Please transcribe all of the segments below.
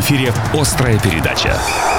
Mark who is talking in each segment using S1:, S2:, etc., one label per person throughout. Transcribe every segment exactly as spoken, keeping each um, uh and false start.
S1: эфире «Острая передача».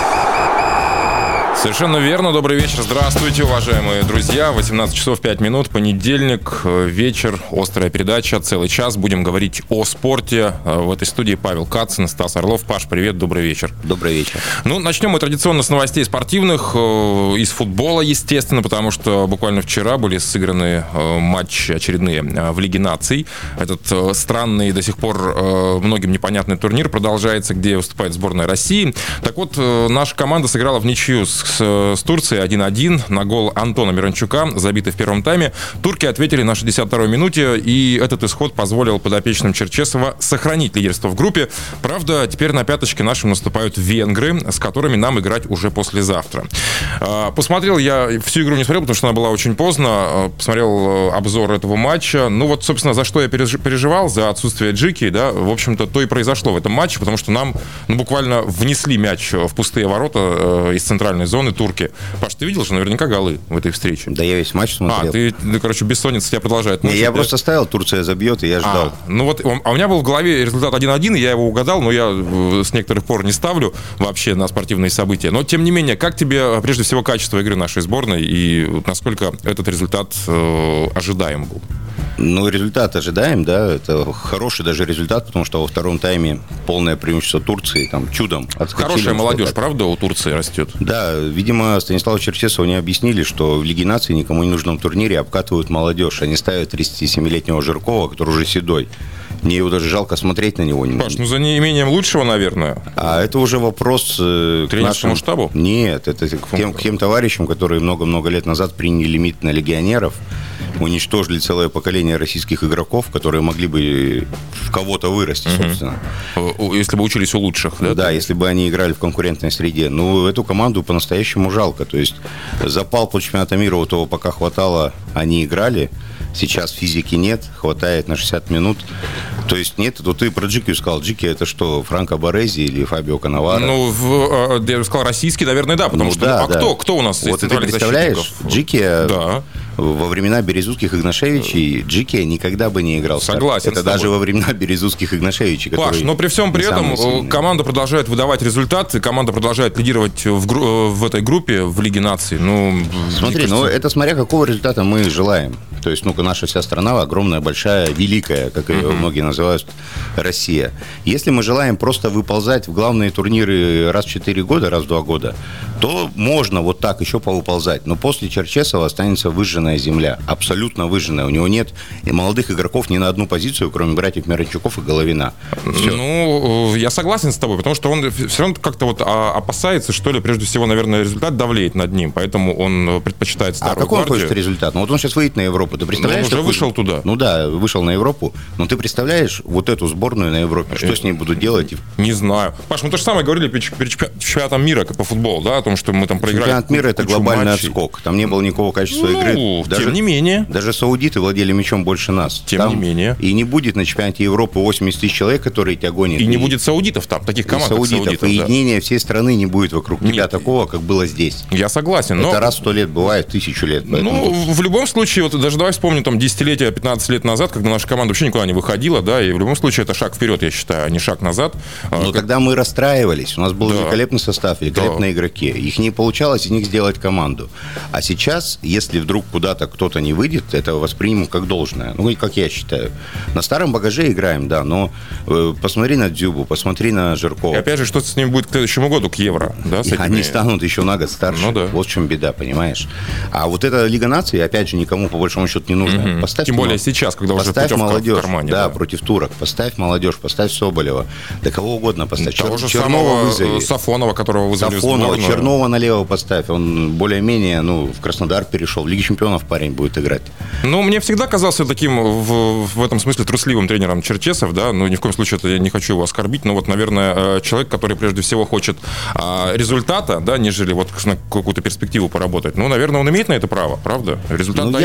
S2: Совершенно верно. Добрый вечер. Здравствуйте, уважаемые друзья. восемнадцать часов пять минут, понедельник, вечер, острая передача, целый час. Будем говорить о спорте. В этой студии Павел Кацин, Стас Орлов. Паш, привет, добрый вечер.
S3: Добрый вечер.
S2: Ну, начнем мы традиционно с новостей спортивных, из футбола, естественно, потому что буквально вчера были сыграны матчи очередные в Лиге наций. Этот странный, до сих пор многим непонятный турнир продолжается, где выступает сборная России. Так вот, наша команда сыграла в ничью с с Турцией один-один на гол Антона Миранчука, забитый в первом тайме. Турки ответили на шестьдесят второй минуте, и этот исход позволил подопечным Черчесова сохранить лидерство в группе. Правда, теперь на пяточке нашим наступают венгры, с которыми нам играть уже послезавтра. Посмотрел я, всю игру не смотрел, потому что она была очень поздно. Посмотрел обзор этого матча. Ну вот, собственно, за что я переживал, за отсутствие Джики, да, в общем-то, то и произошло в этом матче, потому что нам ну, буквально внесли мяч в пустые ворота из центральной зоны турки. Паш, ты видел же наверняка голы в этой встрече?
S3: Да я весь матч смотрел.
S2: А, ты, ты короче, бессонница тебя продолжает мучить.
S3: Не, я
S2: да?
S3: просто ставил, Турция забьет, и я ждал.
S2: А, ну вот, а у меня был в голове результат один-один, и я его угадал, но я с некоторых пор не ставлю вообще на спортивные события. Но, тем не менее, как тебе, прежде всего, качество игры нашей сборной, и насколько этот результат э, ожидаем был?
S3: Ну, результат ожидаем, да, это хороший даже результат, потому что во втором тайме полное преимущество Турции, там, чудом отскочили.
S2: Хорошая молодежь, правда, у Турции растет?
S3: Да, видимо, Станиславу Черчесову не объяснили, что в Лиге наций никому не нужном турнире обкатывают молодежь. Они ставят тридцатисемилетнего Жиркова, который уже седой. Мне его даже жалко смотреть на него.
S2: Паш, ну за неимением лучшего, наверное.
S3: А это уже вопрос э,
S2: к тренерскому
S3: нашим...
S2: штабу?
S3: Нет, это к тем, к тем товарищам, которые много-много лет назад приняли лимит на легионеров, уничтожили целое поколение российских игроков, которые могли бы в кого-то вырасти, угу. собственно.
S2: Если бы учились у лучших, да?
S3: Да, если бы они играли в конкурентной среде. Ну, эту команду по-настоящему жалко. То есть запал по чемпионату мира, у того пока хватало, они играли. Сейчас физики нет, хватает на шестьдесят минут. То есть нет, то ты про Джики сказал. Джики это что, Франко Барези или Фабио Канаваро?
S2: Ну, в, я бы сказал, российский, наверное, да, потому
S3: ну,
S2: что
S3: да,
S2: ну, а
S3: да.
S2: кто, кто у нас
S3: вот
S2: из центральных
S3: защитников? Вот ты представляешь, Джики
S2: да.
S3: во времена Березутских Игнашевичей Джики никогда бы не играл.
S2: Согласен.
S3: Это даже во времена Березутских Игнашевичей.
S2: Паш, но при всем при этом команда продолжает выдавать результаты, команда продолжает лидировать в, гру- в этой группе в Лиге наций. Ну,
S3: смотри, кажется... ну это смотря какого результата мы желаем. То есть, ну-ка, наша вся страна огромная, большая, великая, как ее uh-huh. многие называют, Россия. Если мы желаем просто выползать в главные турниры раз в четыре года, раз в два года, то можно вот так еще повыползать. Но после Черчесова останется выжженная земля, абсолютно выжженная. У него нет молодых игроков ни на одну позицию, кроме братьев Миранчуков и Головина. Все.
S2: Ну, я согласен с тобой, потому что он все равно как-то вот опасается, что ли, прежде всего, наверное, результат давлеет над ним, поэтому он предпочитает старую
S3: А какой
S2: гвардию.
S3: Он хочет результат? Ну вот он сейчас выйдет на Европу. Ты представляешь,
S2: он уже вышел
S3: такой...
S2: туда.
S3: Ну да, вышел на Европу. Но ты представляешь вот эту сборную на Европе? Что с ней будут делать?
S2: Не знаю. Паш, мы то же самое говорили перед чемпионатом мира по футболу, да, о том, что мы там проиграли.
S3: Чемпионат мира — это глобальный матчей. Отскок. Там не было никакого качества
S2: ну,
S3: игры.
S2: Даже, тем не менее.
S3: Даже саудиты владели мячом больше нас.
S2: Тем
S3: там
S2: не менее.
S3: И не будет на чемпионате Европы восемьдесят тысяч человек, которые тебя гонят.
S2: И, и не
S3: и...
S2: будет саудитов там, таких команд,
S3: и саудитов,
S2: саудитов.
S3: И
S2: да.
S3: единения всей страны не будет вокруг Нет. тебя такого, как было здесь.
S2: Я согласен.
S3: Это
S2: но...
S3: раз в сто лет бывает, тысячу лет.
S2: Ну, в любом случае, вот даже давай вспомним там десятилетия, пятнадцать лет назад, когда наша команда вообще никуда не выходила, да, и в любом случае это шаг вперед, я считаю, а не шаг назад.
S3: Но
S2: как...
S3: тогда мы расстраивались, у нас был
S2: да.
S3: великолепный состав, великолепные да. игроки. Их не получалось из них сделать команду. А сейчас, если вдруг куда-то кто-то не выйдет, это воспримем как должное. Ну, как я считаю. На старом багаже играем, да, но э, посмотри на Дзюбу, посмотри на Жиркова.
S2: И опять же, что с ними будет к следующему году, к Евро, да? С этими...
S3: Они станут еще на год старше.
S2: Ну, да.
S3: Вот в чем беда, понимаешь? А вот эта Лига наций, опять же, никому по большому счету не нужна.
S2: Mm-hmm.
S3: Поставь
S2: Тем более сейчас, когда уже путевка
S3: молодежь,
S2: в кармане.
S3: Да,
S2: да,
S3: против турок. Поставь молодежь, поставь Соболева. Да кого угодно поставь.
S2: Того
S3: Чер-
S2: же
S3: Чернова
S2: самого
S3: вызови.
S2: Сафонова, которого вызвали
S3: Сафонова,
S2: в сборную.
S3: Чернова налево поставь. Он более-менее, ну, в Краснодар перешел. В Лиге чемпионов парень будет играть.
S2: Ну, мне всегда казался таким в, в этом смысле трусливым тренером Черчесов, да, ну, ни в коем случае это я не хочу его оскорбить, но вот, наверное, человек, который прежде всего хочет а, результата, да, нежели вот на какую-то перспективу поработать. Ну, наверное, он имеет на это право, правда? Результат
S3: ну,
S2: дает.
S3: я на результат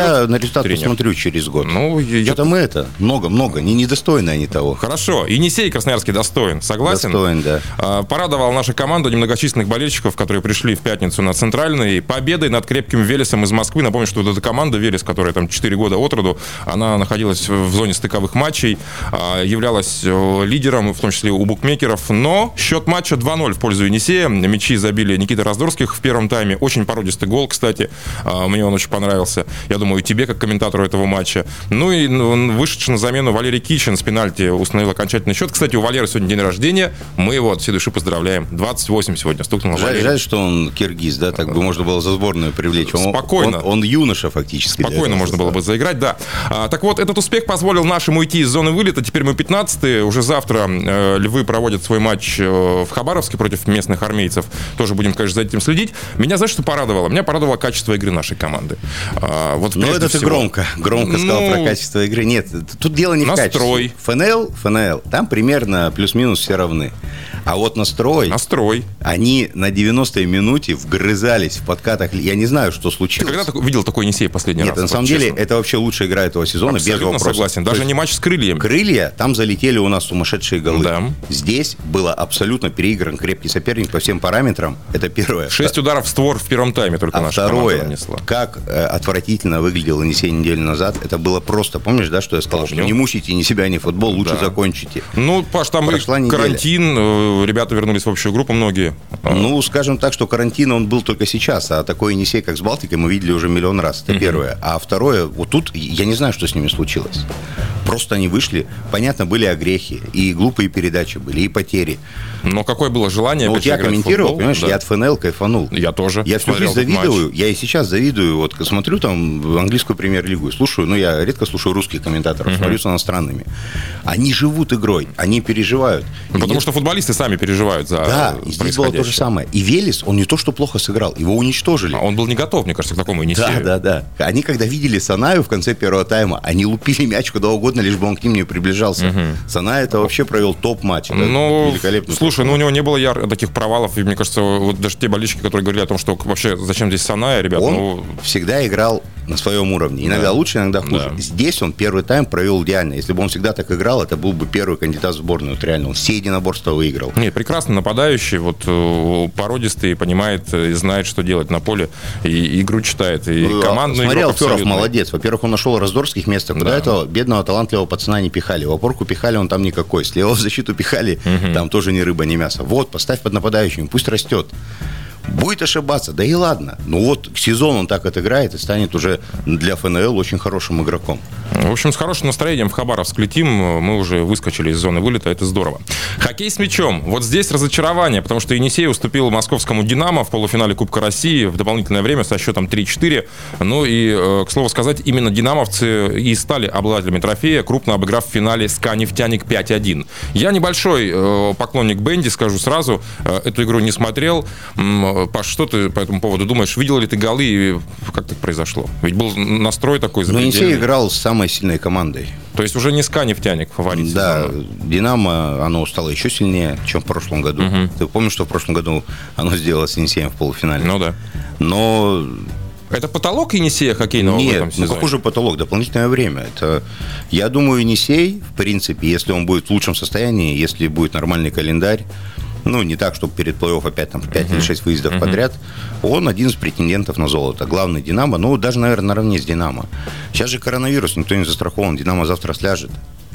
S3: результат
S2: тренер.
S3: посмотрю через год.
S2: Ну, я...
S3: Что-то мы это, много-много, не недостойны они того.
S2: Хорошо, Енисей Красноярский достоин, согласен?
S3: Достоин, да.
S2: А, порадовала наша команда немногочисленных болельщиков, которые пришли в пятницу на Центральный, победой над крепким Велесом из Москвы. Напомню, что вот эта команда Велес, которая там четыре года от роду, она находилась в зоне стыковых матчей, являлась лидером, в том числе у букмекеров, но счет матча два ноль в пользу Енисея. Мячи забили Никита Раздорских в первом тайме. Очень породистый гол, кстати. Мне он очень понравился. Я думаю, и тебе, как комментатору этого матча. Ну и вышедший на замену Валерий Кичин с пенальти установил окончательный счет. Кстати, у Валеры сегодня день рождения. Мы его от всей души поздравляем. двадцать восемь сегодня стукнул.
S3: Жаль, жаль, что он киргиз, да? Так бы можно было за сборную привлечь. Он,
S2: Спокойно.
S3: Он, он юноша фактически.
S2: Спокойно можно было бы заиграть, да. А, так вот, этот успех позволил нашим уйти из зоны вылета. Теперь мы пятнадцатые. Уже завтра э, львы проводят свой матч э, в Хабаровске против местных армейцев. Тоже будем, конечно, за этим следить. Меня, знаешь, что порадовало? Меня порадовало качество игры нашей команды. А, вот
S3: ну, это
S2: всего.
S3: ты громко. Громко ну, сказал про качество игры. Нет, тут дело не
S2: настрой.
S3: в качестве. ФНЛ, ФНЛ, там примерно плюс-минус все равны. А вот настрой,
S2: настрой.
S3: Они на девяностой минуте вгрызались в подкатах. Я не знаю, что случилось.
S2: Ты когда видел такой Енисей последний
S3: Нет,
S2: раз?
S3: на вот самом честно. деле, это вообще лучшая игра этого сезона,
S2: абсолютно
S3: без вопросов.
S2: Согласен. Даже не матч с крыльями.
S3: Крылья, там залетели у нас сумасшедшие голы.
S2: Да.
S3: Здесь было абсолютно переигран крепкий соперник по всем параметрам. Это первое.
S2: Шесть ударов в створ в первом тайме только
S3: а
S2: наша
S3: второе,
S2: команда нанесла.
S3: Как э, отвратительно выглядел Енисей неделю назад. Это было просто, помнишь, да, что я сказал? Помню. Что не мучите ни себя, ни футбол, лучше да. закончите.
S2: Ну, Паш, там
S3: Прошла
S2: карантин, неделя. Ребята вернулись в общую группу многие.
S3: Ну, скажем так, что карантин он был только сейчас, а такой Енисей, как с Балтикой, мы видели уже миллион раз. Это uh-huh. первое. А второе, вот тут я не знаю, что с ними случилось. Просто они вышли, понятно, были огрехи, и глупые передачи были, и потери.
S2: Но какое было желание?
S3: Ну, вот я комментировал, понимаешь, да. я от ФНЛ кайфанул.
S2: Я тоже.
S3: Я всю жизнь завидую, матч. Я и сейчас завидую, вот смотрю там в английскую премьер-лигу, слушаю, ну, я редко слушаю русских комментаторов, uh-huh. смотрю с иностранными. Они живут игрой, они переживают.
S2: Ну, потому
S3: нет...
S2: что футболисты сами переживают за
S3: Да, и здесь было то же самое. И Велес, он не то, что плохо сыграл, его уничтожили.
S2: А он был не готов, мне кажется, к такому Енисею.
S3: Да, да, да. Они, когда видели Санаю в конце первого тайма, они лупили мяч куда угодно, лишь бы он к ним не приближался. Uh-huh. Саная это вообще провел топ-матч.
S2: Ну, слушай, ну у него не было яр... таких провалов, и мне кажется, вот даже те болельщики, которые говорили о том, что вообще зачем здесь Саная, ребята,
S3: он
S2: ну...
S3: всегда играл на своем уровне. Иногда да. лучше, иногда хуже. Да. Здесь он первый тайм провел идеально. Если бы он всегда так играл, это был бы первый кандидат в сборную. Вот реально, он все единоборства выиграл.
S2: Нет, прекрасно нападающий, вот породистый, понимает и знает, что делать на поле, и игру читает, и ну, командный
S3: смотри,
S2: игрок
S3: Алферов молодец. Во-первых, он нашел Раздорских место, куда да. этого бедного талантливого пацана не пихали. В опорку пихали, он там никакой. Слева в защиту пихали, угу. там тоже ни рыба, ни мясо. Вот, поставь под нападающим, пусть растет. Будет ошибаться, да и ладно. Ну вот, к сезону он так отыграет и станет уже для ФНЛ очень хорошим игроком.
S2: В общем, с хорошим настроением в Хабаровск летим. Мы уже выскочили из зоны вылета, это здорово. Хоккей с мячом. Вот здесь разочарование, потому что Енисей уступил московскому «Динамо» в полуфинале Кубка России в дополнительное время со счетом три-четыре. Ну и, к слову сказать, именно динамовцы и стали обладателями трофея, крупно обыграв в финале СКА «Нефтяник» пять один. Я небольшой поклонник Бенди, скажу сразу. Эту игру не смотрел. Паш, что ты по этому поводу думаешь? Видел ли ты голы и как так произошло? Ведь был настрой такой запредельный.
S3: Ну, Енисей играл с самой сильной командой.
S2: То есть уже не СКА «Нефтяник» фаворит.
S3: Да, сезона. «Динамо», оно стало еще сильнее, чем в прошлом году. Угу. Ты помнишь, что в прошлом году оно сделало с Енисеем в полуфинале?
S2: Ну да.
S3: Но...
S2: Это потолок Енисея хоккейного
S3: Нет,
S2: в этом сезоне?
S3: Ну какой же потолок? Дополнительное время. Это, я думаю, Енисей, в принципе, если он будет в лучшем состоянии, если будет нормальный календарь, ну, не так, чтобы перед плей-офф опять там пять uh-huh. или шесть выездов uh-huh. подряд, он один из претендентов на золото. Главный «Динамо», ну, даже, наверное, наравне с «Динамо». Сейчас же коронавирус, никто не застрахован, «Динамо» завтра сляжет.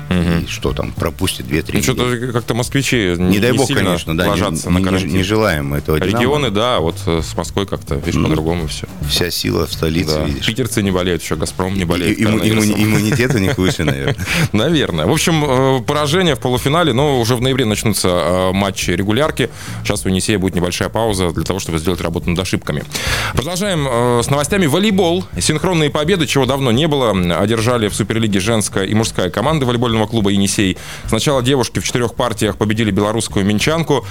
S3: И что там, пропустит две-три.
S2: Ну, что-то как-то москвичи не,
S3: не дай
S2: не
S3: бог,
S2: сильно
S3: конечно, да,
S2: ложатся
S3: не,
S2: на карантин.
S3: Не, не желаем этого «Динамо».
S2: Регионы, да, вот с Москвой как-то, видишь, ну, по-другому все.
S3: Вся сила в столице,
S2: да.
S3: видишь.
S2: Питерцы не болеют, еще «Газпром» не болеет.
S3: И, имму, иммунитет у них выше, наверное.
S2: Наверное. В общем, поражение в полуфинале, но уже в ноябре начнутся матчи регулярки. Сейчас у Енисея будет небольшая пауза для того, чтобы сделать работу над ошибками. Продолжаем с новостями. Волейбол. Синхронные победы, чего давно не было, одержали в Суперлиге женская и мужская команды волейбольного волейбольного клуба «Енисей». Сначала девушки в четырех партиях победили белорусскую минчанку.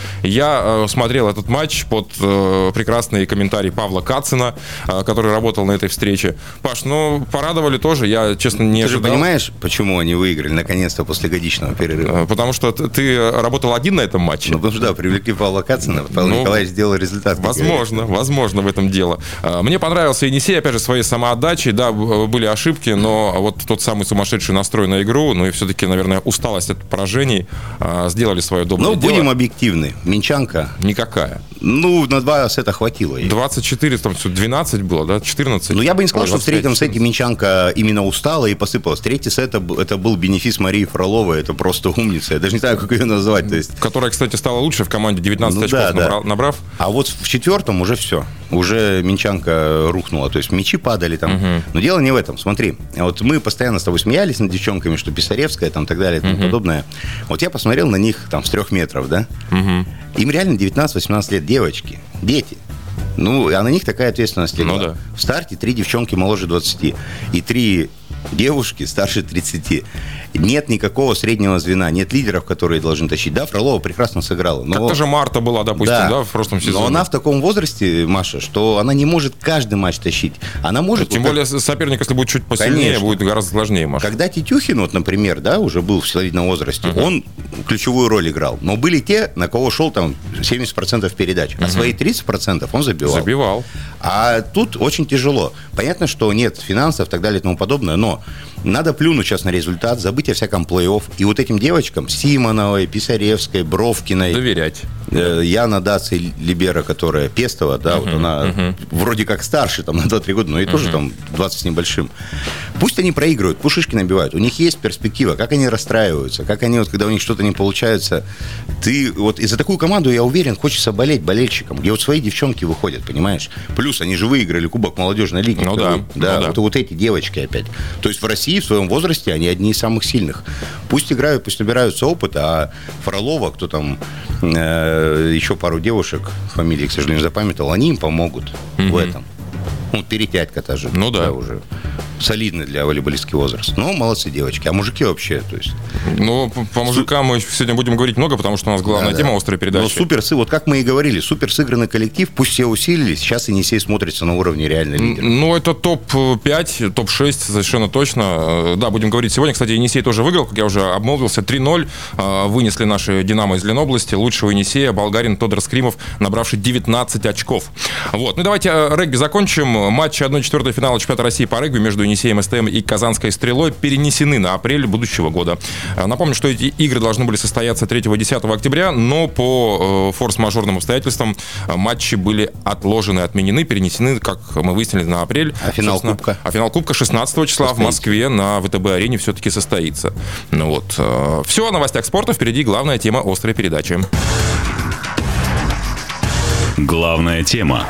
S2: Я смотрел этот матч под прекрасные комментарии Павла Кацина, который работал на этой встрече. Паш, ну, порадовали тоже. Я, честно, не
S3: ты
S2: ожидал.
S3: Ты же понимаешь, почему они выиграли, наконец-то, после годичного перерыва?
S2: Потому что ты работал один на этом матче.
S3: Ну, потому что, да, привлекли Павла Кацина. Павел ну, Николаевич сделал результат.
S2: Возможно, возможно, в этом дело. Мне понравился «Енисей», опять же, своей самоотдачей. Да, были ошибки, но вот тот самый сумасшедший настрой на игру, ну и все-таки, наверное, усталость от поражений сделали свое доброе
S3: ну,
S2: дело.
S3: Ну, будем объективны. Минчанка.
S2: Никакая.
S3: Ну, на два сета хватило.
S2: двадцать четыре, там все, двенадцать было, да? четырнадцать.
S3: Ну, я бы не сказал, что в третьем сете Минчанка именно устала и посыпалась. Третий сет это был бенефис Марии Фроловой. Это просто умница. Я даже не знаю, как ее назвать. То есть...
S2: Которая, кстати, стала лучше в команде, девятнадцать ну, очков да, набрал, да. набрав.
S3: А вот в четвертом уже все. Уже Минчанка рухнула. То есть мячи падали там. Угу. Но дело не в этом. Смотри, вот мы постоянно с тобой смеялись над девчонками, что Писаревская там, и так далее и тому угу. подобное. Вот я посмотрел на них там с трех метров, да? Угу. Им реально девятнадцать-восемнадцать лет, девочки, дети. Ну, а на них такая ответственность легла. Ну, да. В старте три девчонки моложе двадцати и три девушки старше тридцати. Нет никакого среднего звена, нет лидеров, которые должны тащить. Да, Фролова прекрасно сыграла. Но...
S2: Как-то же Марта была, допустим, да. да, в прошлом сезоне.
S3: Но она в таком возрасте, Маша, что она не может каждый матч тащить. Она может...
S2: Тем вот более как... соперник, если будет чуть посильнее, Конечно. будет гораздо сложнее, Маша.
S3: Когда Тетюхин, вот, например, да, уже был в солидном возрасте, uh-huh. он ключевую роль играл. Но были те, на кого шел там семьдесят процентов передач. Uh-huh. А свои тридцать процентов он забивал.
S2: Забивал.
S3: А тут очень тяжело. Понятно, что нет финансов и так далее и тому подобное, но надо плюнуть сейчас на результат, забыть о всяком плей-офф. И вот этим девочкам, Симоновой, Писаревской, Бровкиной,
S2: доверять.
S3: Э, Яна Даци Либера, которая Пестова, да, uh-huh, вот она uh-huh. вроде как старше, там, на два-три года, но и uh-huh. тоже там двадцать с небольшим. Пусть они проигрывают, пушишки набивают, у них есть перспектива, как они расстраиваются, как они, вот, когда у них что-то не получается. Ты вот и за такую команду, я уверен, хочется болеть болельщикам, где вот свои девчонки выходят, понимаешь? Плюс они же выиграли Кубок молодежной лиги.
S2: Ну да,
S3: да,
S2: ну да.
S3: Вот, вот эти девочки опять. То есть в России в своем возрасте они одни из самых сильных. Пусть играют, пусть набираются опыта, а Фролова, кто там, э, еще пару девушек, фамилии, к сожалению, запамятовал, они им помогут mm-hmm. в этом. Ну, перетятька та же.
S2: Ну да.
S3: да уже. Солидный для волейболистский возраст. Ну, молодцы девочки. А мужики вообще, то есть...
S2: Ну, по, по мужикам мы сегодня будем говорить много, потому что у нас главная да, тема да. острой передачи.
S3: Ну, супер, вот как мы и говорили, супер сыгранный коллектив, пусть все усилились, сейчас Енисей смотрится на уровне реальной лидера.
S2: Ну, это топ пять, топ шесть, совершенно точно. Да, будем говорить сегодня. Кстати, Енисей тоже выиграл, как я уже обмолвился, три ноль. Вынесли наши «Динамо» из Ленобласти. Лучшего Енисея болгарин Тодор Скримов, набравший девятнадцать очков. Вот. Ну, давайте регби закончим. Матчи одна четвертая финала чемпионата России по регби между Енисеем СТМ и Казанской Стрелой перенесены на апрель будущего года. Напомню, что эти игры должны были состояться третьего-десятого октября, но по э, форс-мажорным обстоятельствам матчи были отложены, отменены, перенесены, как мы выяснили, на апрель.
S3: А финал Кубка?
S2: А финал Кубка шестнадцатого числа состоится в Москве на ВТБ-арене все-таки состоится. Ну вот. Э, все о новостях спорта. Впереди главная тема острой передачи.
S1: Главная тема.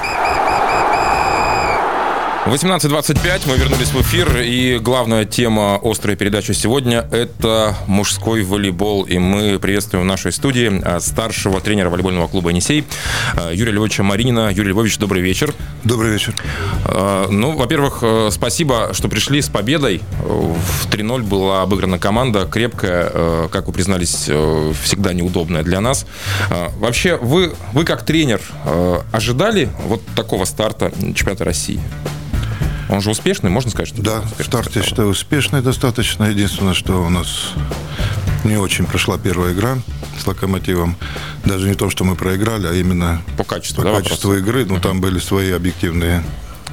S2: восемнадцать двадцать пять, мы вернулись в эфир, и главная тема острой передачи сегодня – это мужской волейбол. И мы приветствуем в нашей студии старшего тренера волейбольного клуба «Енисей» Юрия Львовича Маринина. Юрий Львович, добрый вечер.
S4: Добрый вечер.
S2: Ну, во-первых, спасибо, что пришли с победой. В три ноль была обыграна команда, крепкая, как вы признались, всегда неудобная для нас. Вообще, вы, вы как тренер ожидали вот такого старта чемпионата России? Он же успешный, можно сказать, что
S4: да, старт, я считаю, успешный достаточно. Единственное, что у нас не очень прошла первая игра с «Локомотивом». Даже не то, что мы проиграли, а именно
S2: по качеству,
S4: по
S2: да,
S4: качеству
S2: вопрос?
S4: игры. Ну, uh-huh. там были свои объективные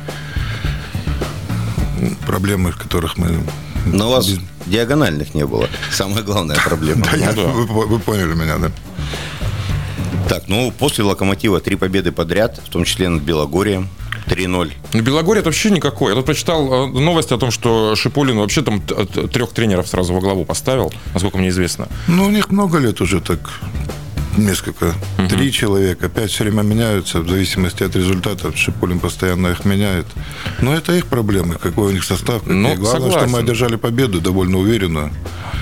S4: проблемы, которых мы...
S3: Но у вас без... диагональных не было. Самая главная проблема.
S4: Вы поняли меня, да?
S3: Так, ну, после «Локомотива» три победы подряд, в том числе над Белогорьем. три ноль.
S2: Ну, Белогорье — это вообще никакой. Я тут прочитал новость о том, что Шипулин вообще там трех тренеров сразу во главу поставил, насколько мне известно.
S4: Ну, у них много лет уже так, несколько, uh-huh. три человека, пять все время меняются в зависимости от результатов. Шипулин постоянно их меняет. Но это их проблемы, какой у них состав. Какие.
S2: Ну,
S4: главное,
S2: согласен.
S4: что мы одержали победу довольно уверенно.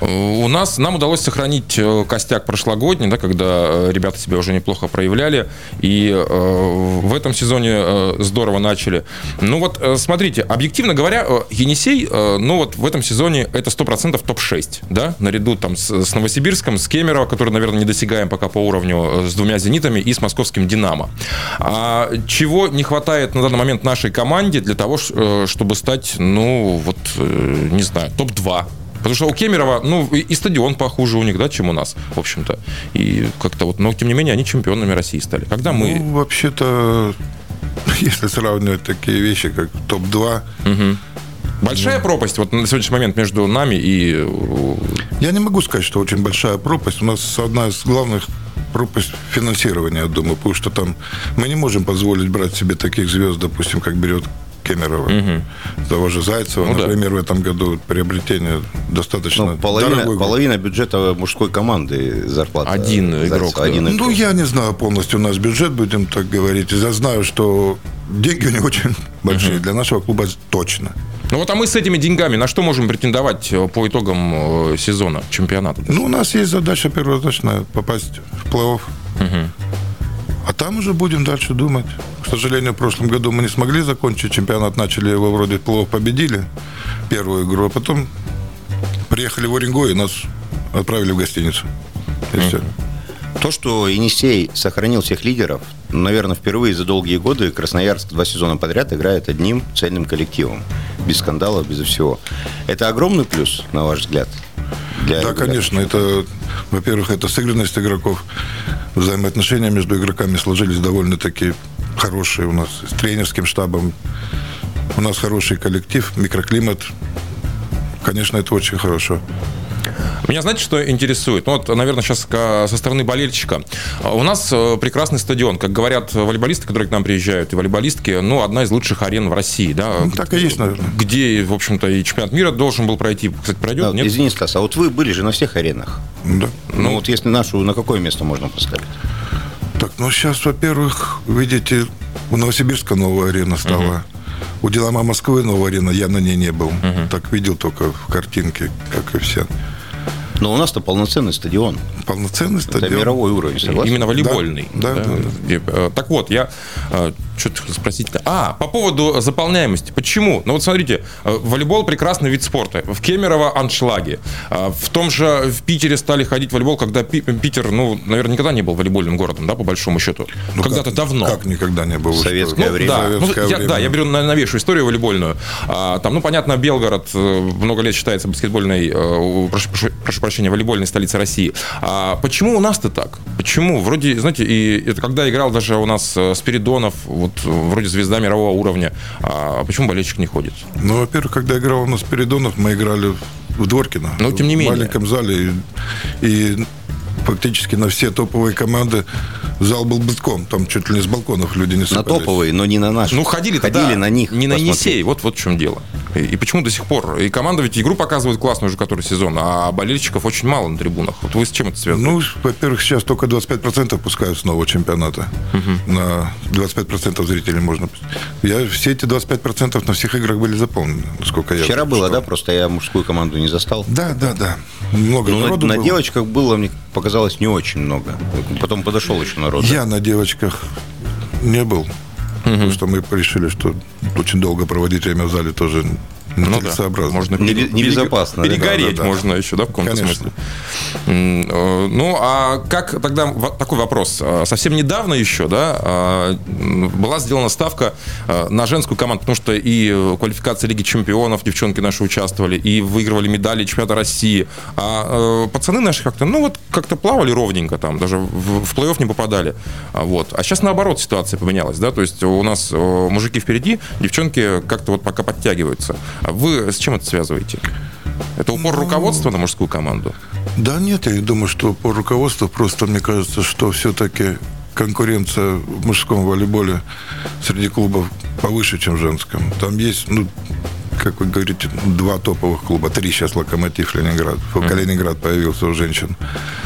S2: У нас, нам удалось сохранить костяк прошлогодний, да, когда ребята себя уже неплохо проявляли, и э, в этом сезоне э, здорово начали. Ну вот, э, смотрите, объективно говоря, э, Енисей, э, ну вот в этом сезоне это сто процентов топ шесть, да, наряду там с, с Новосибирском, с Кемерово, который, наверное, недосягаем пока по уровню, с двумя «Зенитами» и с московским «Динамо». А чего не хватает на данный момент нашей команде для того, чтобы стать, ну, вот, э, не знаю, топ два? Потому что у Кемерово, ну, и стадион похуже у них, да, чем у нас, в общем-то. И как-то вот, но тем не менее, они чемпионами России стали. Когда мы...
S4: Ну, вообще-то, если сравнивать такие вещи, как топ два...
S2: Угу. Большая ну, пропасть вот на сегодняшний момент между нами и...
S4: Я не могу сказать, что очень большая пропасть. У нас одна из главных пропасть финансирования, я думаю, потому что там мы не можем позволить брать себе таких звезд, допустим, как берет Кемерово. Угу. Того же Зайцева, ну, например, да. в этом году приобретение достаточно
S3: ну, половина,
S4: дорогой.
S3: Половина бюджета мужской команды зарплата.
S2: Один
S3: Зайцева,
S2: игрок.
S3: Один игрок.
S4: Ну, я не знаю полностью наш бюджет, будем так говорить. Я знаю, что деньги у него очень большие. Угу. Для нашего клуба точно.
S2: Ну вот, а мы с этими деньгами на что можем претендовать по итогам сезона чемпионата?
S4: Ну, у нас есть задача первозначная попасть в плей-офф. Угу. А там уже будем дальше думать. К сожалению, в прошлом году мы не смогли закончить чемпионат. Начали его вроде плей-офф, победили первую игру, а потом приехали в Уренгой и нас отправили в гостиницу. И mm-hmm. все.
S3: То, что Енисей сохранил всех лидеров, наверное, впервые за долгие годы Красноярск два сезона подряд играет одним цельным коллективом. Без скандалов, без всего. Это огромный плюс, на ваш взгляд?
S4: Да, игроков? Конечно. Это, во-первых, это сыгранность игроков. Взаимоотношения между игроками сложились довольно-таки хорошие у нас. С тренерским штабом. У нас хороший коллектив, микроклимат. Конечно, это очень хорошо.
S2: Меня, знаете, что интересует? Ну, вот, наверное, сейчас со стороны болельщика. У нас прекрасный стадион. Как говорят волейболисты, которые к нам приезжают, и волейболистки, ну, одна из лучших арен в России, да?
S4: Ну, так и есть, наверное.
S2: Где, в общем-то, и чемпионат мира должен был пройти. Кстати, пройдет,
S3: да,
S2: нет?
S3: Извини, Стас, а вот вы были же на всех аренах.
S4: Да.
S3: Ну, ну вот если нашу, на какое место можно поставить?
S4: Так, ну, сейчас, во-первых, видите, у Новосибирска новая арена стала. Uh-huh. У «Динамо» Москвы новая арена, я на ней не был. Uh-huh. Так видел только в картинке, как и все.
S3: Но у нас-то полноценный стадион.
S4: Полноценный стадион.
S3: Это мировой уровень, согласен?
S2: Именно волейбольный.
S4: Да, да, да, да.
S2: Да. Так вот, я что-то хотел спросить-то. А, по поводу заполняемости. Почему? Ну вот смотрите, волейбол прекрасный вид спорта. В Кемерово аншлаги. В том же в Питере стали ходить в волейбол, когда Питер, ну, наверное, никогда не был волейбольным городом, да, по большому счету. Ну, когда-то
S4: как,
S2: давно.
S4: Как никогда не был?
S3: В советское
S2: ну,
S3: время.
S2: Да,
S4: Советское
S2: ну, я,
S4: время.
S2: да, я беру новейшую историю волейбольную. А, там, ну, понятно, Белгород много лет считается баскетбольной, прошу, прошу прощения, волейбольной столицей России. А почему у нас-то так? Почему? Вроде, знаете, и это когда играл даже у нас Спиридонов, вот вроде звезда мирового уровня. А почему болельщик не ходит?
S4: Ну, во-первых, когда играл у нас Спиридонов, мы играли в Дворкино.
S2: Но тем не менее.
S4: В маленьком зале. И, и фактически на все топовые команды зал был битком. Там чуть ли не с балконов люди не сыпались.
S3: На топовые, но не на наши.
S2: Ну, ходили,
S3: ходили
S2: да,
S3: на них.
S2: Не посмотреть. На Енисей. Вот, вот в чем дело. И, и почему до сих пор? И команда ведь игру показывает классную уже который сезон, а болельщиков очень мало на трибунах. Вот вы с чем это связано?
S4: Ну, во-первых, сейчас только двадцать пять процентов пускают с нового чемпионата. Угу. На двадцать пять процентов зрителей можно. Я, все эти двадцать пять процентов на всех играх были заполнены, насколько я
S3: Вчера было,
S4: что.
S3: да? Просто я мужскую команду не застал.
S4: Да, да, да. Много
S3: ну,
S4: народу
S3: на,
S4: было.
S3: На девочках было, мне показалось, не очень много. Потом подошел еще народ.
S4: Я на девочках не был. Угу. Потому что мы решили, что очень долго проводить время в зале тоже
S2: ну да, можно
S3: небезопасно.
S2: Перегореть
S4: да, да,
S2: можно
S4: да.
S2: еще, да, в каком-то
S4: Конечно.
S2: смысле. Ну, а как тогда, такой вопрос. Совсем недавно еще, да, была сделана ставка на женскую команду, потому что и квалификация Лиги Чемпионов, девчонки наши участвовали, и выигрывали медали чемпионата России. А пацаны наши как-то, ну, вот как-то плавали ровненько там, даже в, в плей-офф не попадали. Вот. А сейчас наоборот ситуация поменялась, да, то есть у нас мужики впереди, девчонки как-то вот пока подтягиваются. Вы с чем это связываете? Это упор ну, руководства на мужскую команду?
S4: Да нет, я думаю, что упор руководства. Просто мне кажется, что все-таки конкуренция в мужском волейболе среди клубов повыше, чем в женском. Там есть, ну, как вы говорите, два топовых клуба. Три сейчас «Локомотив», Ленинград. Mm-hmm. Калининград появился у женщин.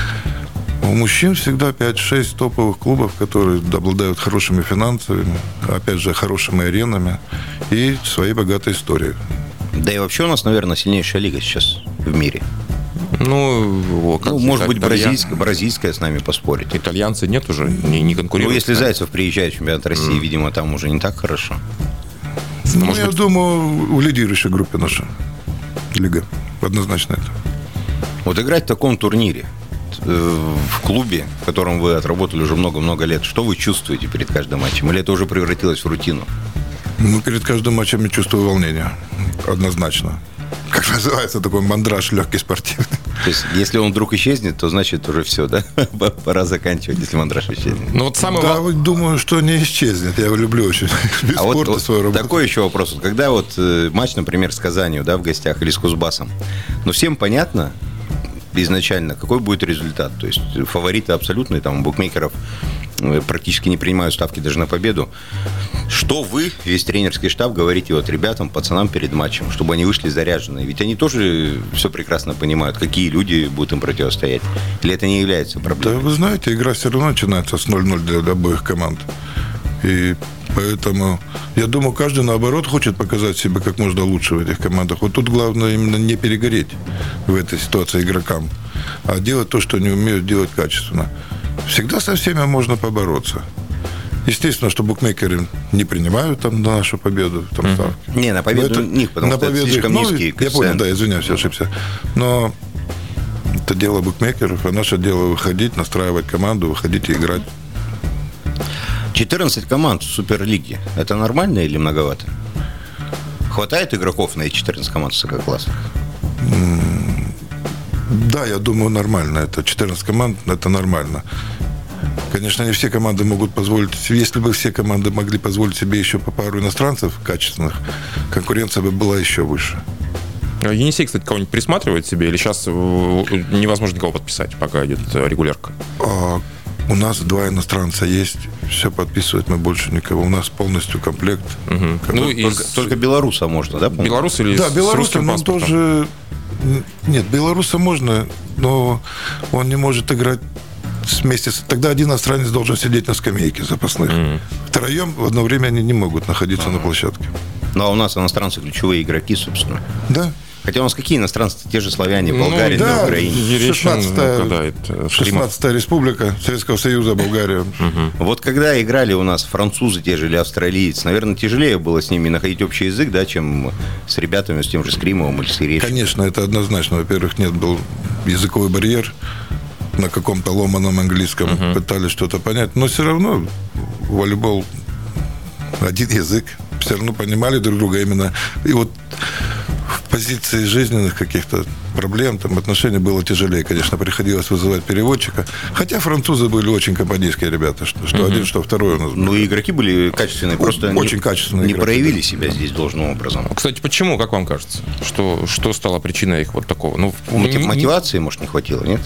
S4: У мужчин всегда пять-шесть топовых клубов, которые обладают хорошими финансами, опять же, хорошими аренами и своей богатой историей.
S3: Да и вообще у нас, наверное, сильнейшая лига сейчас в мире.
S2: Ну,
S3: ну может быть, бразильская, бразильская с нами поспорит.
S2: Итальянцы нет уже, не, не конкурируют.
S3: Ну, если Зайцев приезжает в чемпионат России, mm. видимо, там уже не так хорошо.
S4: Ну, может я быть... думаю, в лидирующей группе наша лига. Однозначно это.
S3: Вот играть в таком турнире, в клубе, в котором вы отработали уже много-много лет, что вы чувствуете перед каждым матчем? Или это уже превратилось в рутину?
S4: Ну, перед каждым матчем я чувствую волнение. Однозначно. Как называется такой мандраж легкий спортивный.
S3: То есть, если он вдруг исчезнет, то значит уже все, да? Пора заканчивать, если мандраж исчезнет.
S2: Ну, вот самый
S4: да,
S2: вол...
S4: думаю, что не исчезнет. Я люблю очень без
S3: а
S4: спорта
S3: вот,
S4: свою
S3: вот
S4: работу.
S3: Такой еще вопрос. Когда вот э, матч, например, с Казанью, да, в гостях, или с Кузбассом, ну, всем понятно изначально, какой будет результат. То есть фавориты абсолютные, там, у букмекеров практически не принимают ставки даже на победу. Что вы, весь тренерский штаб, говорите вот ребятам, пацанам перед матчем, чтобы они вышли заряженные? Ведь они тоже все прекрасно понимают, какие люди будут им противостоять. Или это не является проблемой?
S4: Да, вы знаете, игра все равно начинается с ноль-ноль для обоих команд. И поэтому, я думаю, каждый, наоборот, хочет показать себя как можно лучше в этих командах. Вот тут главное именно не перегореть в этой ситуации игрокам, а делать то, что они умеют делать качественно. Всегда со всеми можно побороться. Естественно, что букмекеры не принимают там на нашу победу там, uh-huh. ставки.
S3: Не, на победу это, них, потому на что победу это слишком их, низкие
S4: ну, я понял, да, извиняюсь, я ошибся. Но это дело букмекеров, а наше дело выходить, настраивать команду, выходить и играть.
S3: четырнадцать команд в Суперлиге. Это нормально или многовато? Хватает игроков на эти четырнадцать команд высококлассных?
S4: Да, я думаю, нормально. Это четырнадцать команд, это нормально. Конечно, не все команды могут позволить. Если бы все команды могли позволить себе еще по пару иностранцев качественных, конкуренция бы была еще выше.
S2: Енисей, кстати, кого-нибудь присматривает себе? Или сейчас невозможно никого подписать, пока идет регулярка?
S4: А, у нас два иностранца есть. Все подписывать мы больше никого. У нас полностью комплект.
S3: Угу. Ну, только, из... только белоруса можно, да?
S2: Белорус или
S4: да,
S2: с
S4: белоруса,
S2: русским
S4: но
S2: паспортом?
S4: Тоже... Нет, белоруса можно, но он не может играть вместе. Тогда один иностранец должен сидеть на скамейке запасных. Mm-hmm. Втроем в одно время они не могут находиться mm-hmm. на площадке.
S3: Ну, а у нас иностранцы ключевые игроки, собственно.
S4: Да.
S3: Хотя у нас какие иностранцы? Те же славяне, болгаре, ну, да, Украине.
S4: шестнадцатая республика Советского Союза, Болгария.
S3: Угу. Вот когда играли у нас французы те же или австралийцы, наверное, тяжелее было с ними находить общий язык, да, чем с ребятами, с тем же Скримовым или с Ерещенко.
S4: Конечно, это однозначно. Во-первых, нет, был языковой барьер на каком-то ломаном английском. Угу. Пытались что-то понять. Но все равно волейбол один язык. Все равно понимали друг друга именно. И вот в позиции жизненных каких-то проблем, там, отношений было тяжелее, конечно, приходилось вызывать переводчика. Хотя французы были очень компанейские ребята, что, что mm-hmm. один, что второй у нас был.
S3: Ну, и игроки были качественные, просто
S4: очень
S3: не,
S4: качественные
S3: не
S4: игроки,
S3: проявили
S4: да.
S3: себя здесь должным образом.
S2: Кстати, почему, как вам кажется? Что, что стало причиной их вот такого? Ну,
S3: Мотив, мотивации, может, не хватило, нет?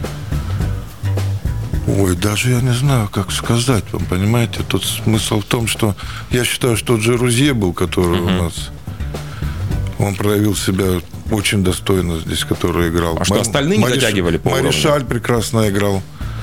S4: Ой, даже я не знаю, как сказать вам, понимаете? Тут смысл в том, что я считаю, что тот же Рузье был, который uh-huh. у нас, он проявил себя очень достойно здесь, который играл.
S2: А что, Мар... остальные Мариш... не дотягивали по уровню?
S4: Маришаль прекрасно играл.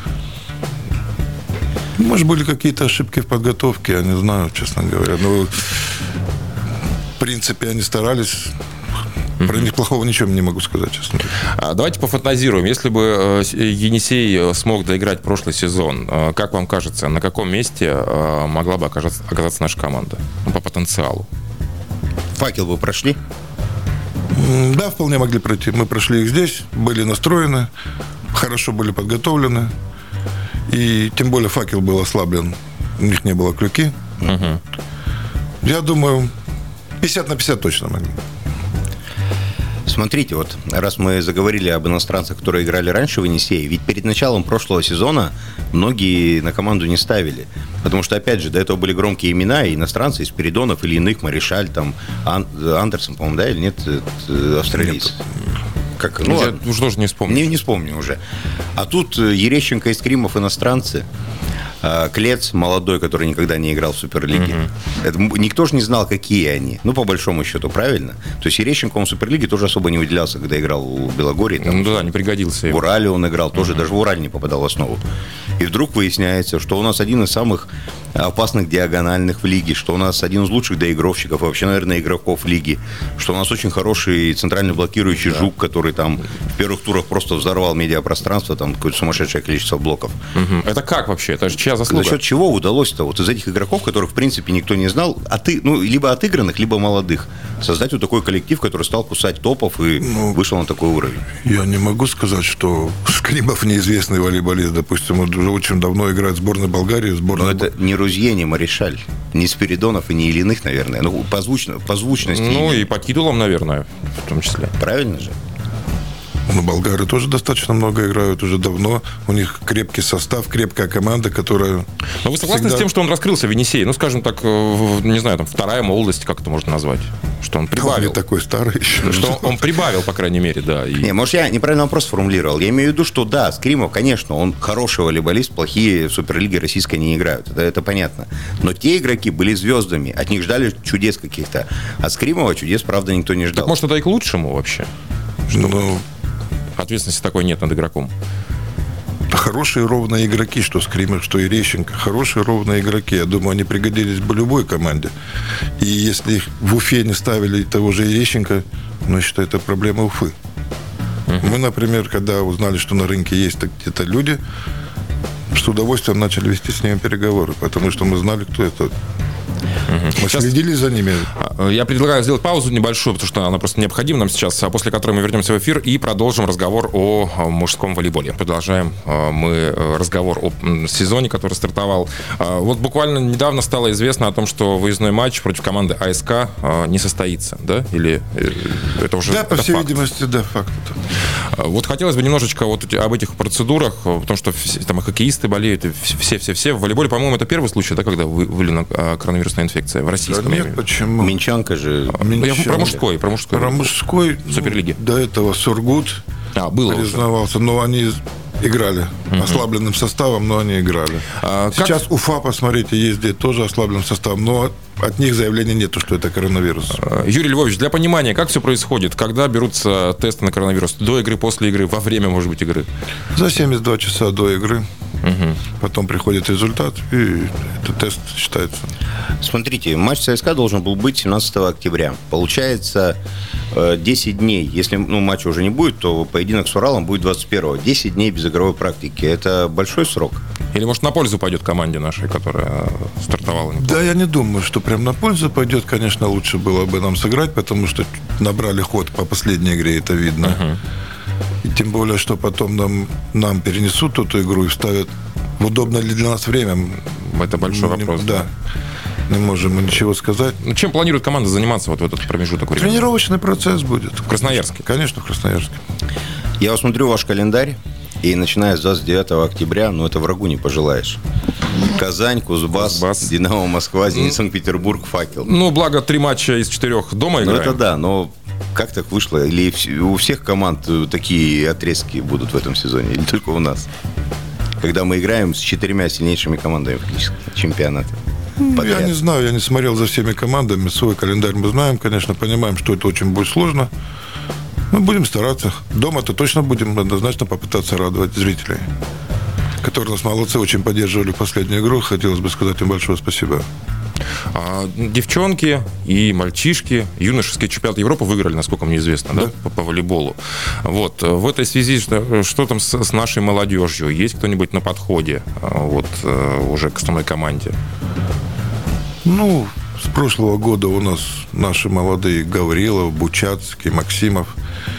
S4: Может, были какие-то ошибки в подготовке, я не знаю, честно говоря. Но, в принципе, они старались... Про них плохого ничего не могу сказать, честно.
S2: Давайте пофантазируем. Если бы Енисей смог доиграть прошлый сезон, как вам кажется, на каком месте могла бы оказаться, оказаться наша команда? Ну, по потенциалу.
S3: Факел бы прошли?
S4: Да, вполне могли пройти. Мы прошли их здесь, были настроены, хорошо были подготовлены. И тем более факел был ослаблен. У них не было клюки. Угу. Я думаю, пятьдесят на пятьдесят точно могли.
S3: Смотрите, вот раз мы заговорили об иностранцах, которые играли раньше в Енисее, ведь перед началом прошлого сезона многие на команду не ставили. Потому что, опять же, до этого были громкие имена, и иностранцы из Спиридонов или иных, Маришаль, там, Ан- Андерсон, по-моему, да, или нет, австралиец? Как? Ну,
S2: я уже тоже не вспомню.
S3: Не, не вспомню уже. А тут Ерещенко и Скримов иностранцы. Клец молодой, который никогда не играл в Суперлиге. Uh-huh. Это, никто же не знал, какие они. Ну, по большому счету, правильно? То есть Ерещенко он в Суперлиге тоже особо не выделялся, когда играл в Белогорье. Там,
S2: ну да, не пригодился.
S3: В Урале он играл, тоже uh-huh. даже в Урале не попадал в основу. И вдруг выясняется, что у нас один из самых опасных диагональных в лиге, что у нас один из лучших доигровщиков, вообще, наверное, игроков лиги, что у нас очень хороший центральный блокирующий да. Жук, который там в первых турах просто взорвал медиапространство, там какое-то сумасшедшее количество блоков.
S2: Угу. Это как вообще? Это же чья заслуга?
S3: За счет чего удалось-то вот из этих игроков, которых, в принципе, никто не знал, а ты, ну, либо отыгранных, либо молодых, создать вот такой коллектив, который стал кусать топов и ну, вышел на такой уровень?
S4: Я не могу сказать, что Скримов неизвестный волейболист, допустим, он уже очень давно играет в сборной Болгарии, в сборной...
S3: Но это не Рузье, не Маришаль, не Спиридонов и не Ильиных, наверное. Ну, по, звучно, по звучности.
S2: Ну, и по титулам, наверное, в том числе.
S3: Правильно же?
S4: Ну, болгары тоже достаточно много играют уже давно. У них крепкий состав, крепкая команда, которая...
S2: Но вы согласны всегда... с тем, что он раскрылся в Енисее? Ну, скажем так, не знаю, там, вторая молодость, как это можно назвать? Что он прибавил. Он
S4: не такой старый еще.
S2: Что он прибавил, по крайней мере, да. И...
S3: Не, может, я неправильно вопрос сформулировал. Я имею в виду, что да, Скримов, конечно, он хороший волейболист, плохие в Суперлиге российской не играют. Это, это понятно. Но те игроки были звездами. От них ждали чудес каких-то. От Скримова чудес, правда, никто не ждал.
S2: Так, может, это и к лучшему вообще? Что
S4: ну...
S2: ответственности такой нет над игроком.
S4: Хорошие ровные игроки, что Скримов, что и Рещенко. Хорошие ровные игроки. Я думаю, они пригодились бы любой команде. И если их в Уфе не ставили того же Рещенко, ну, я считаю, это проблема Уфы. Uh-huh. Мы, например, когда узнали, что на рынке есть где-то люди, с удовольствием начали вести с ними переговоры, потому что мы знали, кто это. Мы сейчас следили за ними.
S2: Я предлагаю сделать паузу небольшую, потому что она просто необходима нам сейчас, после которой мы вернемся в эфир и продолжим разговор о мужском волейболе. Продолжаем мы разговор о сезоне, который стартовал. Вот буквально недавно стало известно о том, что выездной матч против команды АСК не состоится, да? Или это уже
S4: да, по всей
S2: факт?
S4: видимости, да, факт.
S2: Вот хотелось бы немножечко вот об этих процедурах, потому что все, там и хоккеисты болеют, и все-все-все. В волейболе, по-моему, это первый случай, да, когда выявлена коронавирусная инфекция в российском?
S4: Да нет, почему?
S3: Минчанка же.
S2: Минчанка. Я про мужской, про мужской.
S4: Про мужской.
S2: Суперлиги.
S4: Ну, до этого Сургут
S2: а, было
S4: признавался, уже. Но они играли угу. ослабленным составом, но они играли. А, Сейчас как... Уфа, посмотрите, ездит тоже ослабленным составом, но от них заявления нету, что это коронавирус.
S2: Юрий Львович, для понимания, как все происходит? Когда берутся тесты на коронавирус? До игры, после игры, во время, может быть, игры?
S4: За семьдесят два часа до игры.
S2: Угу.
S4: Потом приходит результат, и этот тест считается.
S3: Смотрите, матч ЦСКА должен был быть семнадцатого октября. Получается, десять дней. Если ну, матча уже не будет, то поединок с Уралом будет двадцать первого. десять дней без игровой практики. Это большой срок?
S2: Или, может, на пользу пойдет команде нашей, которая стартовала? Неплохо?
S4: Да, я не думаю, что прям на пользу пойдет. Конечно, лучше было бы нам сыграть, потому что набрали ход по последней игре, это видно. Uh-huh. И тем более, что потом нам, нам перенесут эту игру и вставят в удобное ли для нас время.
S2: Это большой
S4: не,
S2: вопрос.
S4: Да. Не можем мы ничего сказать.
S2: Ну, чем планирует команда заниматься вот в этот промежуток времени?
S4: Тренировочный процесс будет.
S2: В Красноярске?
S4: Конечно, в Красноярске.
S3: Я вот смотрю ваш календарь, и начиная с двадцать девятого октября, ну, это врагу не пожелаешь. Казань, Кузбасс, Кузбасс. Динамо Москва, Зенит Санкт-Петербург, Факел.
S2: Ну, благо, три матча из четырех дома играем.
S3: Ну, это да, но как так вышло? Или у всех команд такие отрезки будут в этом сезоне? Или только у нас? Когда мы играем с четырьмя сильнейшими командами фактически чемпионата.
S4: Подряд. Я не знаю, я не смотрел за всеми командами. Свой календарь мы знаем, конечно, понимаем, что это очень будет сложно. Мы будем стараться. Дома-то точно будем однозначно попытаться радовать зрителей, которые нас молодцы, очень поддерживали в последнюю игру. Хотелось бы сказать им большое спасибо.
S2: А, девчонки и мальчишки юношеские чемпионаты Европы выиграли, насколько мне известно, да? Да? По, по волейболу. Вот. В этой связи, что, что там с, с нашей молодежью? Есть кто-нибудь на подходе вот, уже к основной команде?
S4: Ну, с прошлого года у нас наши молодые Гаврилов, Бучацкий, Максимов.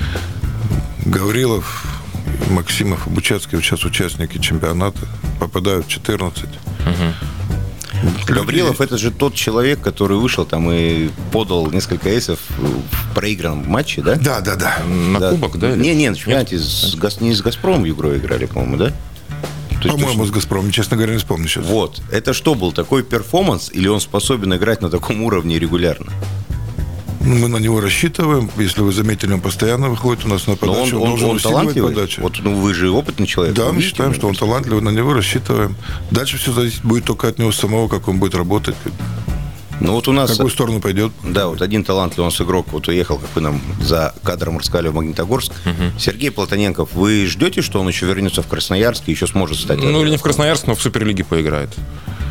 S4: Гаврилов, Максимов и Бучацкий сейчас участники чемпионата. Попадают в четырнадцать.
S3: Угу. Гаврилов — это же тот человек, который вышел там и подал несколько эйсов в проигранном матче, да?
S4: Да, да, да.
S2: На
S3: да.
S2: кубок, да?
S3: Не, не, понимаете, с, не с «Газпромом» в игру играли, по-моему, да?
S4: По-моему, с «Газпромом», честно говоря, не вспомню сейчас.
S3: Вот. Это что был, такой перформанс, или он способен играть на таком уровне регулярно?
S4: Мы на него рассчитываем. Если вы заметили, он постоянно выходит у нас на подачу.
S3: Но он, он, он, он талантливый? Подачу. Вот, ну, вы же опытный человек.
S4: Да, мы считаем, что он талантливый, на него рассчитываем. Дальше все зависит будет только от него самого, как он будет работать.
S3: Ну, вот у нас,
S4: в какую сторону пойдет.
S3: Да, вот один талантливый у нас игрок вот уехал, как вы нам за кадром рассказали, в Магнитогорск. Угу. Сергей Платоненков, вы ждете, что он еще вернется в Красноярск и еще сможет стать?
S2: Ну, или не в Красноярск, но в Суперлиге поиграет.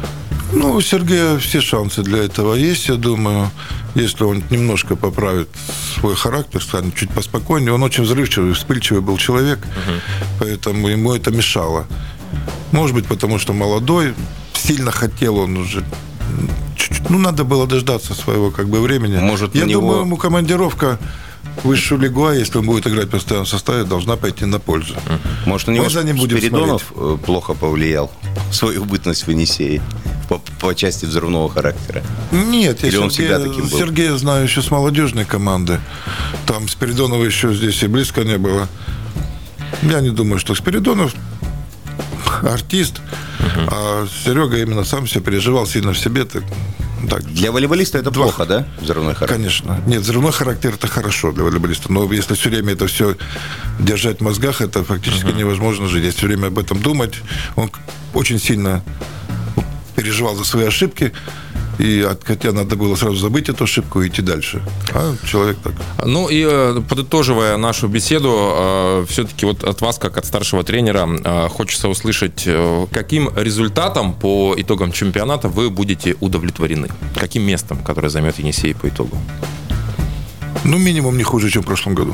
S4: Ну, у Сергея все шансы для этого есть, я думаю. Если он немножко поправит свой характер, станет чуть поспокойнее. Он очень взрывчивый, вспыльчивый был человек, uh-huh. поэтому ему это мешало. Может быть, потому что молодой, сильно хотел он уже. Чуть-чуть, ну, надо было дождаться своего как бы времени.
S3: Может,
S4: я
S3: него...
S4: думаю, ему командировка в высшую лигу, если он будет играть в постоянном составе, должна пойти на пользу.
S3: Может, на него Спиридонов смотреть. Плохо повлиял в свою бытность в Енисее по, по части взрывного характера?
S4: Нет,
S3: Или
S4: я
S3: он
S4: Сергея,
S3: всегда таким был?
S4: Сергея знаю еще с молодежной команды. Там Спиридонова еще здесь и близко не было. Я не думаю, что Спиридонов артист, uh-huh. а Серега именно сам все переживал сильно в себе. Так, так.
S3: Для волейболиста это
S4: Два...
S3: плохо, да? Взрывной характер?
S4: Конечно. Нет, взрывной характер это хорошо для волейболиста. Но если все время это все держать в мозгах, это фактически uh-huh. невозможно жить. Если все время об этом думать, он очень сильно переживал за свои ошибки. И хотя надо было сразу забыть эту ошибку и идти дальше. А человек так.
S2: Ну и подытоживая нашу беседу, все-таки вот от вас, как от старшего тренера, хочется услышать, каким результатом по итогам чемпионата вы будете удовлетворены? Каким местом, которое займет Енисей по итогу?
S4: Ну, минимум не хуже, чем в прошлом году.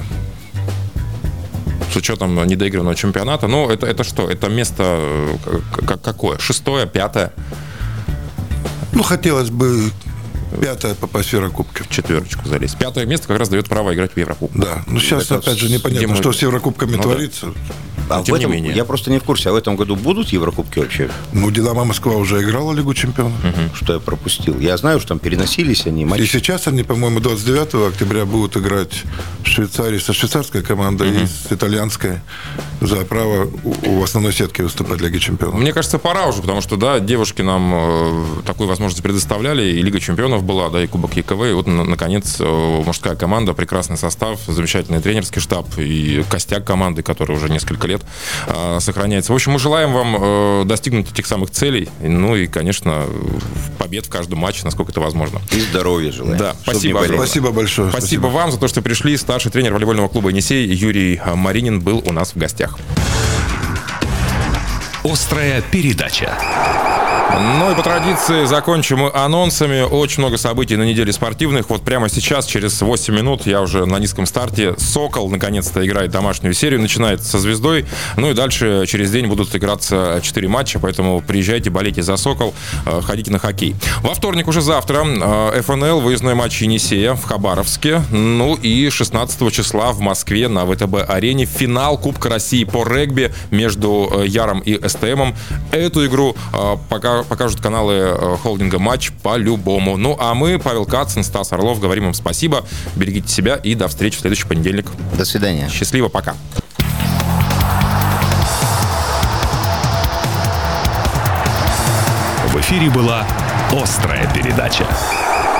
S2: С учетом недоигранного чемпионата. Ну, это, это что? Это место какое? Шестое, пятое?
S4: Ну, хотелось бы пятое попасть в Еврокубки.
S2: Четверочку залезть. Пятое место как раз дает право играть в Еврокубке.
S4: Да. Ну, сейчас, это опять же, непонятно, мы... что с Еврокубками ну, творится.
S3: Да. А в этом, я просто не в курсе, а в этом году будут Еврокубки вообще?
S4: Ну, Динамо Москва уже играла Лигу чемпионов.
S3: Угу. Что я пропустил. Я знаю, что там переносились они матчи.
S4: И сейчас они, по-моему, двадцать девятого октября будут играть в Швейцарии со швейцарской командой угу. и с итальянской за право в основной сетке выступать в Лиге чемпионов.
S2: Мне кажется, пора уже, потому что, да, девушки нам такую возможность предоставляли, и Лига чемпионов была, да, и Кубок ЕКВ, и вот, наконец, мужская команда, прекрасный состав, замечательный тренерский штаб и костяк команды, который уже несколько лет сохраняется. В общем, мы желаем вам достигнуть этих самых целей, ну и, конечно, побед в каждом матче, насколько это возможно.
S3: И здоровья желаем.
S2: Да, спасибо.
S4: Спасибо большое.
S2: Спасибо,
S4: спасибо
S2: вам за то, что пришли. Старший тренер волейбольного клуба «Енисей» Юрий Маринин был у нас в гостях.
S1: Острая передача.
S2: Ну и по традиции закончим мы анонсами. Очень много событий на неделе спортивных. Вот прямо сейчас, через восемь минут, я уже на низком старте. «Сокол» наконец-то играет домашнюю серию. Начинается со «Звездой». Ну и дальше через день будут играться четыре матча. Поэтому приезжайте, болейте за «Сокол», ходите на хоккей. Во вторник уже завтра эф эн эл, выездной матч Енисея в Хабаровске. Ну и шестнадцатого числа в Москве на вэ тэ бэ-арене финал Кубка России по регби между Яром и эс тэ эмом. Эту игру пока покажут каналы холдинга «Матч» по-любому. Ну, а мы, Павел Кацин, Стас Орлов, говорим вам спасибо, берегите себя и до встречи в следующий понедельник.
S3: До свидания.
S2: Счастливо, пока.
S1: В эфире была «Острая передача».